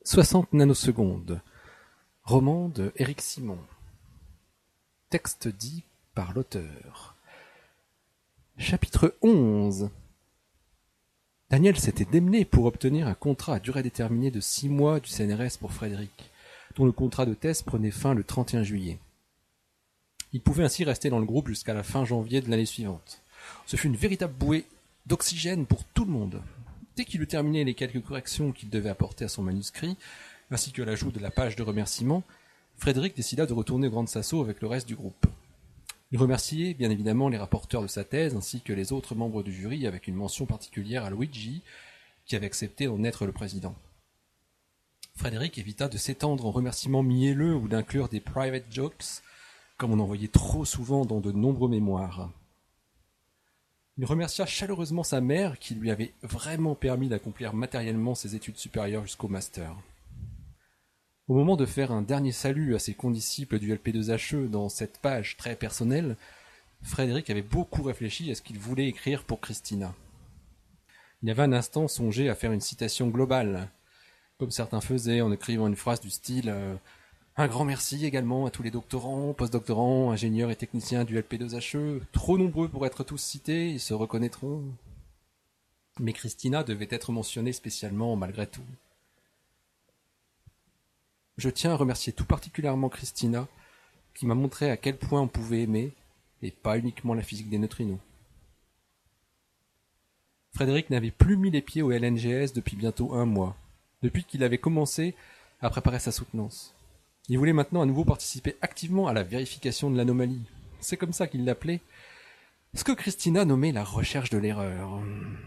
60 nanosecondes. Roman de Éric Simon. Texte dit par l'auteur. Chapitre 11. Daniel s'était démené pour obtenir un contrat à durée déterminée de 6 mois du CNRS pour Frédéric, dont le contrat de thèse prenait fin le 31 juillet. Il pouvait ainsi rester dans le groupe jusqu'à la fin janvier de l'année suivante. Ce fut une véritable bouée d'oxygène pour tout le monde. Dès qu'il eut terminé les quelques corrections qu'il devait apporter à son manuscrit, ainsi que l'ajout de la page de remerciement, Frédéric décida de retourner au Grand Sasso avec le reste du groupe. Il remerciait bien évidemment les rapporteurs de sa thèse ainsi que les autres membres du jury avec une mention particulière à Luigi, qui avait accepté d'en être le président. Frédéric évita de s'étendre en remerciements mielleux ou d'inclure des private jokes, comme on en voyait trop souvent dans de nombreux mémoires. Il remercia chaleureusement sa mère qui lui avait vraiment permis d'accomplir matériellement ses études supérieures jusqu'au master. Au moment de faire un dernier salut à ses condisciples du LP2HE dans cette page très personnelle, Frédéric avait beaucoup réfléchi à ce qu'il voulait écrire pour Christina. Il avait un instant songé à faire une citation globale, comme certains faisaient en écrivant une phrase du style un grand merci également à tous les doctorants, postdoctorants, ingénieurs et techniciens du LP2HE, trop nombreux pour être tous cités, ils se reconnaîtront. Mais Christina devait être mentionnée spécialement malgré tout. Je tiens à remercier tout particulièrement Christina, qui m'a montré à quel point on pouvait aimer, et pas uniquement la physique des neutrinos. Frédéric n'avait plus mis les pieds au LNGS depuis bientôt 1 mois, depuis qu'il avait commencé à préparer sa soutenance. Il voulait maintenant à nouveau participer activement à la vérification de l'anomalie. C'est comme ça qu'il l'appelait. Ce que Christina nommait la recherche de l'erreur.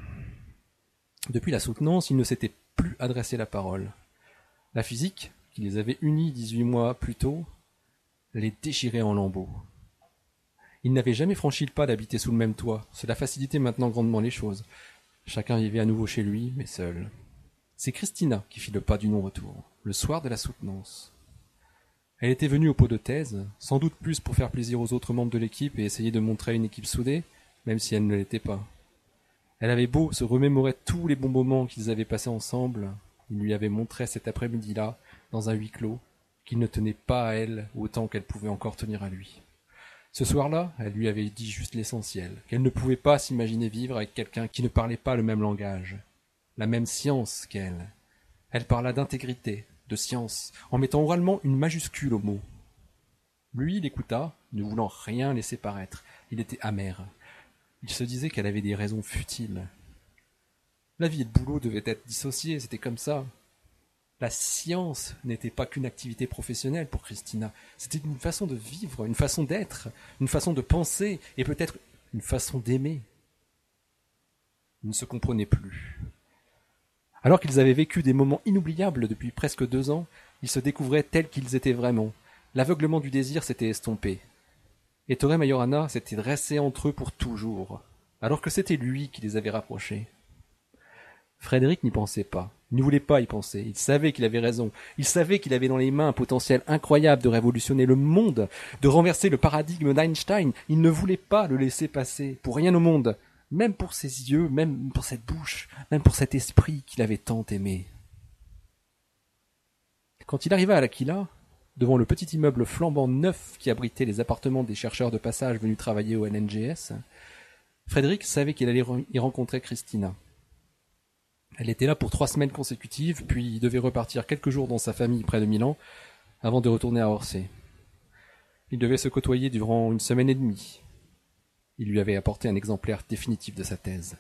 Depuis la soutenance, il ne s'était plus adressé la parole. La physique, qui les avait unis 18 mois plus tôt, les déchirait en lambeaux. Il n'avait jamais franchi le pas d'habiter sous le même toit. Cela facilitait maintenant grandement les choses. Chacun vivait à nouveau chez lui, mais seul. C'est Christina qui fit le pas du non-retour, le soir de la soutenance. Elle était venue au pot de thèse, sans doute plus pour faire plaisir aux autres membres de l'équipe et essayer de montrer une équipe soudée, même si elle ne l'était pas. Elle avait beau se remémorer tous les bons moments qu'ils avaient passés ensemble, il lui avait montré cet après-midi-là, dans un huis clos, qu'il ne tenait pas à elle autant qu'elle pouvait encore tenir à lui. Ce soir-là, elle lui avait dit juste l'essentiel, qu'elle ne pouvait pas s'imaginer vivre avec quelqu'un qui ne parlait pas le même langage, la même science qu'elle. Elle parla d'intégrité, de science, en mettant oralement une majuscule au mot. Lui, il écouta, ne voulant rien laisser paraître. Il était amer. Il se disait qu'elle avait des raisons futiles. La vie et le boulot devaient être dissociés, c'était comme ça. La science n'était pas qu'une activité professionnelle pour Christina. C'était une façon de vivre, une façon d'être, une façon de penser, et peut-être une façon d'aimer. Ils ne se comprenaient plus. Alors qu'ils avaient vécu des moments inoubliables depuis presque 2 ans, ils se découvraient tels qu'ils étaient vraiment. L'aveuglement du désir s'était estompé. Ettore Majorana s'était dressé entre eux pour toujours, alors que c'était lui qui les avait rapprochés. Frédéric n'y pensait pas. Il ne voulait pas y penser. Il savait qu'il avait raison. Il savait qu'il avait dans les mains un potentiel incroyable de révolutionner le monde, de renverser le paradigme d'Einstein. Il ne voulait pas le laisser passer, pour rien au monde. Même pour ses yeux, même pour cette bouche, même pour cet esprit qu'il avait tant aimé. Quand il arriva à l'Aquila, devant le petit immeuble flambant neuf qui abritait les appartements des chercheurs de passage venus travailler au LNGS, Frédéric savait qu'il allait y rencontrer Christina. Elle était là pour 3 semaines consécutives, puis devait repartir quelques jours dans sa famille près de Milan, avant de retourner à Orsay. Ils devaient se côtoyer durant 1 semaine et demie. Il lui avait apporté un exemplaire définitif de sa thèse.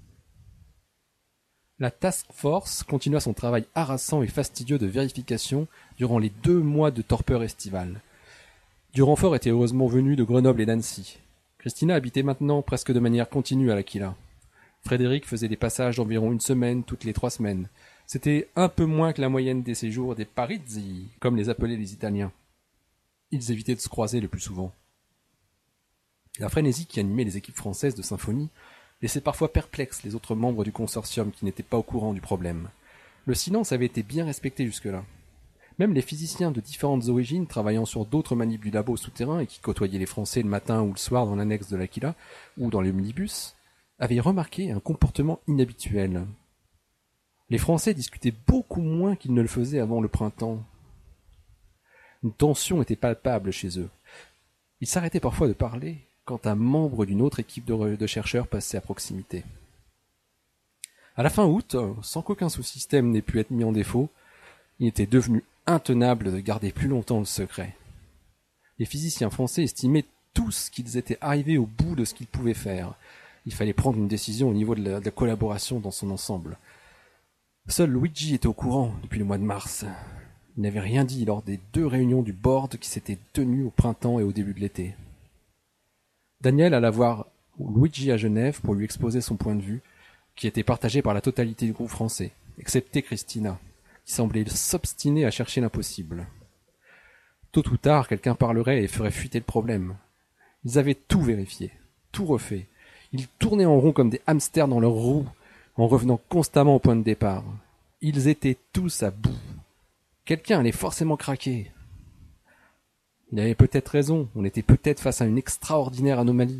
La task force continua son travail harassant et fastidieux de vérification durant les 2 mois de torpeur estivale. Du renfort était heureusement venu de Grenoble et d'Annecy. Christina habitait maintenant presque de manière continue à l'Aquila. Frédéric faisait des passages d'environ 1 semaine toutes les 3 semaines. C'était un peu moins que la moyenne des séjours des Parizzi, comme les appelaient les Italiens. Ils évitaient de se croiser le plus souvent. La frénésie qui animait les équipes françaises de symphonie laissait parfois perplexes les autres membres du consortium qui n'étaient pas au courant du problème. Le silence avait été bien respecté jusque-là. Même les physiciens de différentes origines travaillant sur d'autres manips du labo souterrain et qui côtoyaient les Français le matin ou le soir dans l'annexe de l'Aquila ou dans le minibus avaient remarqué un comportement inhabituel. Les Français discutaient beaucoup moins qu'ils ne le faisaient avant le printemps. Une tension était palpable chez eux. Ils s'arrêtaient parfois de parler quand un membre d'une autre équipe de chercheurs passait à proximité. À la fin août, sans qu'aucun sous-système n'ait pu être mis en défaut, il était devenu intenable de garder plus longtemps le secret. Les physiciens français estimaient tous qu'ils étaient arrivés au bout de ce qu'ils pouvaient faire. Il fallait prendre une décision au niveau de la collaboration dans son ensemble. Seul Luigi était au courant depuis le mois de mars. Il n'avait rien dit lors des 2 réunions du board qui s'étaient tenues au printemps et au début de l'été. Daniel alla voir Luigi à Genève pour lui exposer son point de vue, qui était partagé par la totalité du groupe français, excepté Christina, qui semblait s'obstiner à chercher l'impossible. Tôt ou tard, quelqu'un parlerait et ferait fuiter le problème. Ils avaient tout vérifié, tout refait. Ils tournaient en rond comme des hamsters dans leur roue, en revenant constamment au point de départ. Ils étaient tous à bout. Quelqu'un allait forcément craquer. Il avait peut-être raison, on était peut-être face à une extraordinaire anomalie.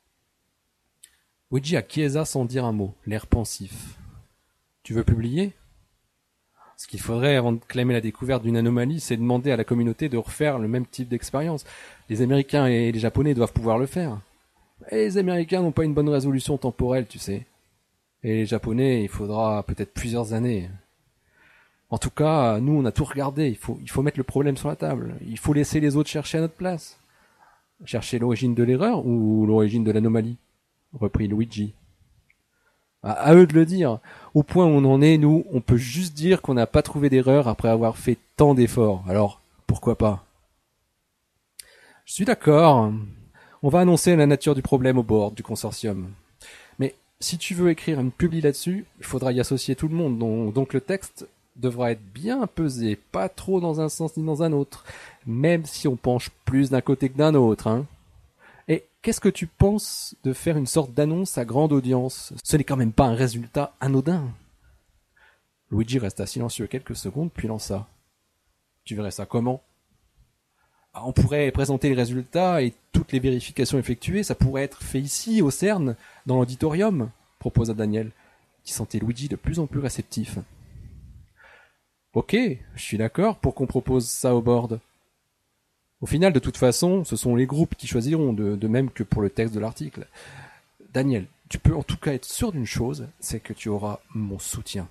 Luigi acquiesça sans dire un mot, l'air pensif. « Tu veux publier ?» Ce qu'il faudrait avant de clamer la découverte d'une anomalie, c'est demander à la communauté de refaire le même type d'expérience. Les Américains et les Japonais doivent pouvoir le faire. Et les Américains n'ont pas une bonne résolution temporelle, tu sais. Et les Japonais, il faudra peut-être plusieurs années. En tout cas, nous, on a tout regardé. Il faut mettre le problème sur la table. Il faut laisser les autres chercher à notre place. Chercher l'origine de l'erreur ou l'origine de l'anomalie, reprit Luigi. À eux de le dire. Au point où on en est, nous, on peut juste dire qu'on n'a pas trouvé d'erreur après avoir fait tant d'efforts. Alors, pourquoi pas? Je suis d'accord. On va annoncer la nature du problème au board du consortium. Mais si tu veux écrire une publi là-dessus, il faudra y associer tout le monde. Donc le texte devra être bien pesé, pas trop dans un sens ni dans un autre, même si on penche plus d'un côté que d'un autre, hein. Et qu'est-ce que tu penses de faire une sorte d'annonce à grande audience? Ce n'est quand même pas un résultat anodin. Luigi resta silencieux quelques secondes, puis lança. Tu verrais ça comment? On pourrait présenter les résultats et toutes les vérifications effectuées, ça pourrait être fait ici, au CERN, dans l'auditorium, proposa Daniel, qui sentait Luigi de plus en plus réceptif. Ok, je suis d'accord pour qu'on propose ça au board. Au final, de toute façon, ce sont les groupes qui choisiront, de même que pour le texte de l'article. Daniel, tu peux en tout cas être sûr d'une chose, c'est que tu auras mon soutien.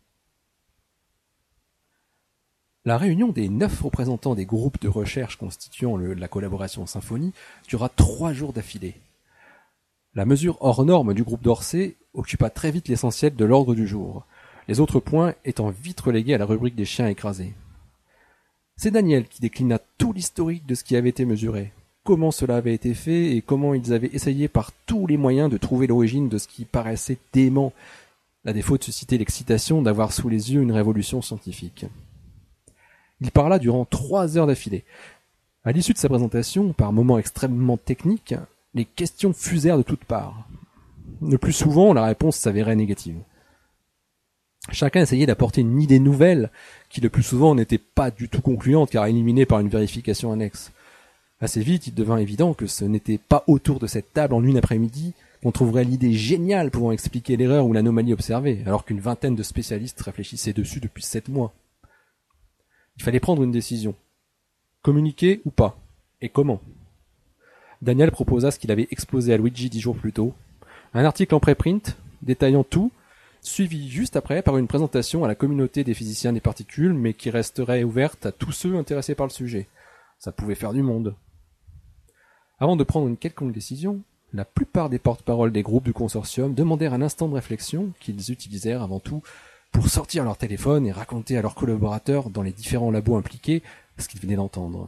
La réunion des 9 représentants des groupes de recherche constituant la collaboration Symphonie dura 3 jours d'affilée. La mesure hors norme du groupe d'Orsay occupa très vite l'essentiel de l'ordre du jour, les autres points étant vite relégués à la rubrique des chiens écrasés. C'est Daniel qui déclina tout l'historique de ce qui avait été mesuré, comment cela avait été fait et comment ils avaient essayé par tous les moyens de trouver l'origine de ce qui paraissait dément, à défaut de susciter l'excitation d'avoir sous les yeux une révolution scientifique. Il parla durant 3 heures d'affilée. À l'issue de sa présentation, par moments extrêmement techniques, les questions fusèrent de toutes parts. Le plus souvent, la réponse s'avérait négative. Chacun essayait d'apporter une idée nouvelle, qui le plus souvent n'était pas du tout concluante car éliminée par une vérification annexe. Assez vite, il devint évident que ce n'était pas autour de cette table en une après-midi qu'on trouverait l'idée géniale pouvant expliquer l'erreur ou l'anomalie observée, alors qu'une vingtaine de spécialistes réfléchissaient dessus depuis 7 mois. Il fallait prendre une décision. Communiquer ou pas? Et comment? Daniel proposa ce qu'il avait exposé à Luigi 10 jours plus tôt. Un article en préprint, détaillant tout, suivi juste après par une présentation à la communauté des physiciens des particules, mais qui resterait ouverte à tous ceux intéressés par le sujet. Ça pouvait faire du monde. Avant de prendre une quelconque décision, la plupart des porte-paroles des groupes du consortium demandèrent un instant de réflexion qu'ils utilisèrent avant tout pour sortir leur téléphone et raconter à leurs collaborateurs dans les différents labos impliqués ce qu'ils venaient d'entendre.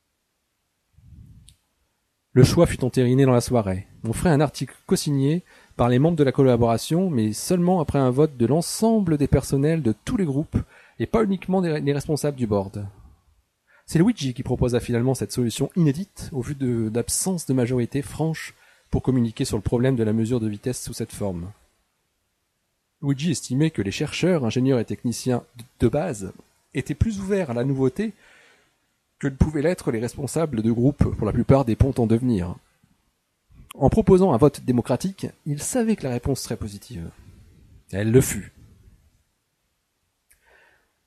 Le choix fut entériné dans la soirée. On ferait un article co-signé par les membres de la collaboration, mais seulement après un vote de l'ensemble des personnels de tous les groupes, et pas uniquement des responsables du board. C'est Luigi qui proposa finalement cette solution inédite, au vu d'absence de majorité franche pour communiquer sur le problème de la mesure de vitesse sous cette forme. Luigi estimait que les chercheurs, ingénieurs et techniciens de base étaient plus ouverts à la nouveauté que ne pouvaient l'être les responsables de groupes pour la plupart des pontes en devenir. En proposant un vote démocratique, il savait que la réponse serait positive. Elle le fut.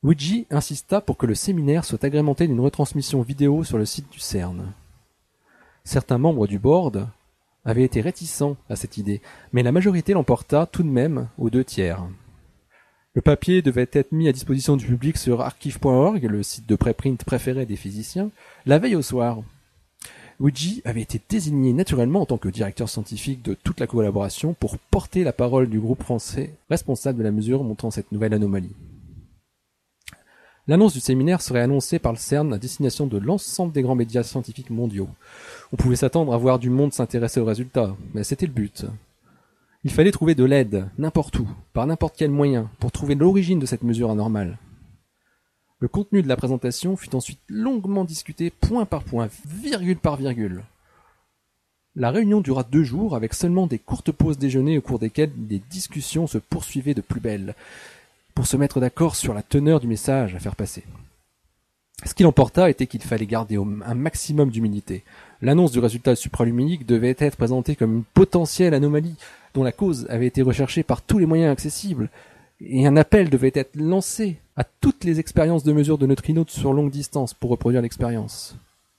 Luigi insista pour que le séminaire soit agrémenté d'une retransmission vidéo sur le site du CERN. Certains membres du board avaient été réticents à cette idée, mais la majorité l'emporta tout de même aux 2/3. Le papier devait être mis à disposition du public sur archive.org, le site de préprint préféré des physiciens, la veille au soir. Luigi avait été désigné naturellement en tant que directeur scientifique de toute la collaboration pour porter la parole du groupe français responsable de la mesure montrant cette nouvelle anomalie. L'annonce du séminaire serait annoncée par le CERN à destination de l'ensemble des grands médias scientifiques mondiaux. On pouvait s'attendre à voir du monde s'intéresser aux résultats, mais c'était le but. Il fallait trouver de l'aide, n'importe où, par n'importe quel moyen, pour trouver l'origine de cette mesure anormale. Le contenu de la présentation fut ensuite longuement discuté point par point, virgule par virgule. La réunion dura 2 jours avec seulement des courtes pauses déjeuner au cours desquelles les discussions se poursuivaient de plus belle, pour se mettre d'accord sur la teneur du message à faire passer. Ce qui l'emporta était qu'il fallait garder un maximum d'humilité. L'annonce du résultat supraluminique devait être présentée comme une potentielle anomalie dont la cause avait été recherchée par tous les moyens accessibles, et un appel devait être lancé à toutes les expériences de mesure de neutrinos sur longue distance pour reproduire l'expérience.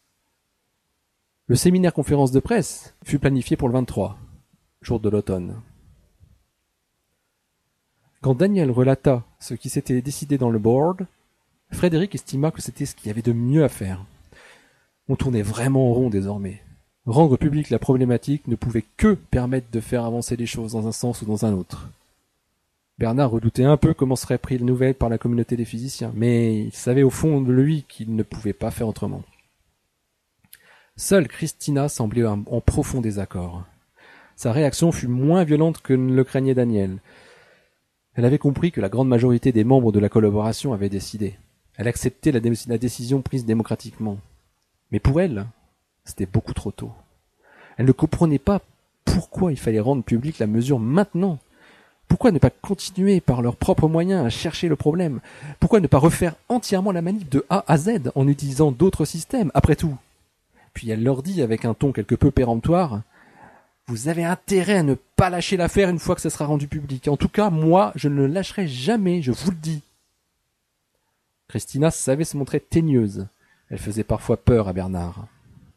Le séminaire conférence de presse fut planifié pour le 23, jour de l'automne. Quand Daniel relata ce qui s'était décidé dans le board, Frédéric estima que c'était ce qu'il y avait de mieux à faire. On tournait vraiment en rond désormais. Rendre publique la problématique ne pouvait que permettre de faire avancer les choses dans un sens ou dans un autre. Bernard redoutait un peu comment serait prise la nouvelle par la communauté des physiciens, mais il savait au fond de lui qu'il ne pouvait pas faire autrement. Seule Christina semblait en profond désaccord. Sa réaction fut moins violente que ne le craignait Daniel. Elle avait compris que la grande majorité des membres de la collaboration avaient décidé. Elle acceptait la décision prise démocratiquement. Mais pour elle, c'était beaucoup trop tôt. Elle ne comprenait pas pourquoi il fallait rendre publique la mesure maintenant. Pourquoi ne pas continuer par leurs propres moyens à chercher le problème? Pourquoi ne pas refaire entièrement la manip de A à Z en utilisant d'autres systèmes, après tout? Puis elle leur dit avec un ton quelque peu péremptoire: vous avez intérêt à ne pas lâcher l'affaire une fois que ce sera rendu public. En tout cas, moi, je ne le lâcherai jamais, je vous le dis. Christina savait se montrer teigneuse. Elle faisait parfois peur à Bernard.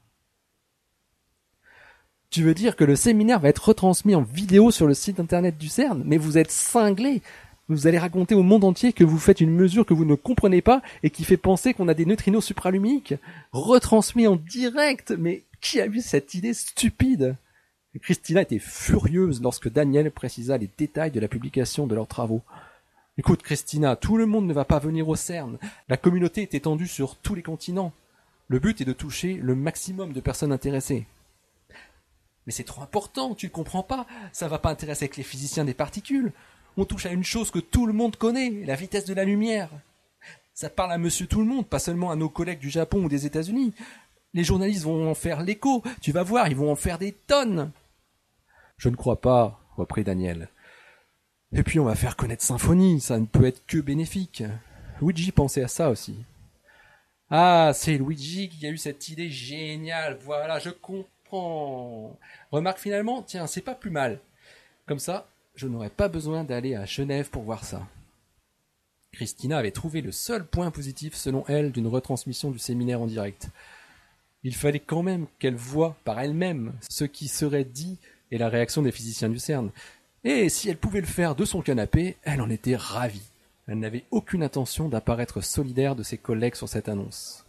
Tu veux dire que le séminaire va être retransmis en vidéo sur le site internet du CERN? Mais vous êtes cinglés! Vous allez raconter au monde entier que vous faites une mesure que vous ne comprenez pas et qui fait penser qu'on a des neutrinos supraluminiques? Retransmis en direct? Mais qui a eu cette idée stupide? Christina était furieuse lorsque Daniel précisa les détails de la publication de leurs travaux. Écoute Christina, tout le monde ne va pas venir au CERN. La communauté est étendue sur tous les continents. Le but est de toucher le maximum de personnes intéressées. Mais c'est trop important, tu ne comprends pas. Ça va pas intéresser que les physiciens des particules. On touche à une chose que tout le monde connaît, la vitesse de la lumière. Ça parle à monsieur tout le monde, pas seulement à nos collègues du Japon ou des États-Unis. Les journalistes vont en faire l'écho, tu vas voir, ils vont en faire des tonnes. Je ne crois pas, reprit Daniel. Et puis on va faire connaître Symphonie, ça ne peut être que bénéfique. Luigi pensait à ça aussi. Ah, c'est Luigi qui a eu cette idée géniale, voilà, je comprends. Remarque finalement, tiens, c'est pas plus mal. Comme ça, je n'aurais pas besoin d'aller à Genève pour voir ça. Christina avait trouvé le seul point positif, selon elle, d'une retransmission du séminaire en direct. Il fallait quand même qu'elle voie par elle-même ce qui serait dit et la réaction des physiciens du CERN. Et si elle pouvait le faire de son canapé, elle en était ravie. Elle n'avait aucune intention d'apparaître solidaire de ses collègues sur cette annonce.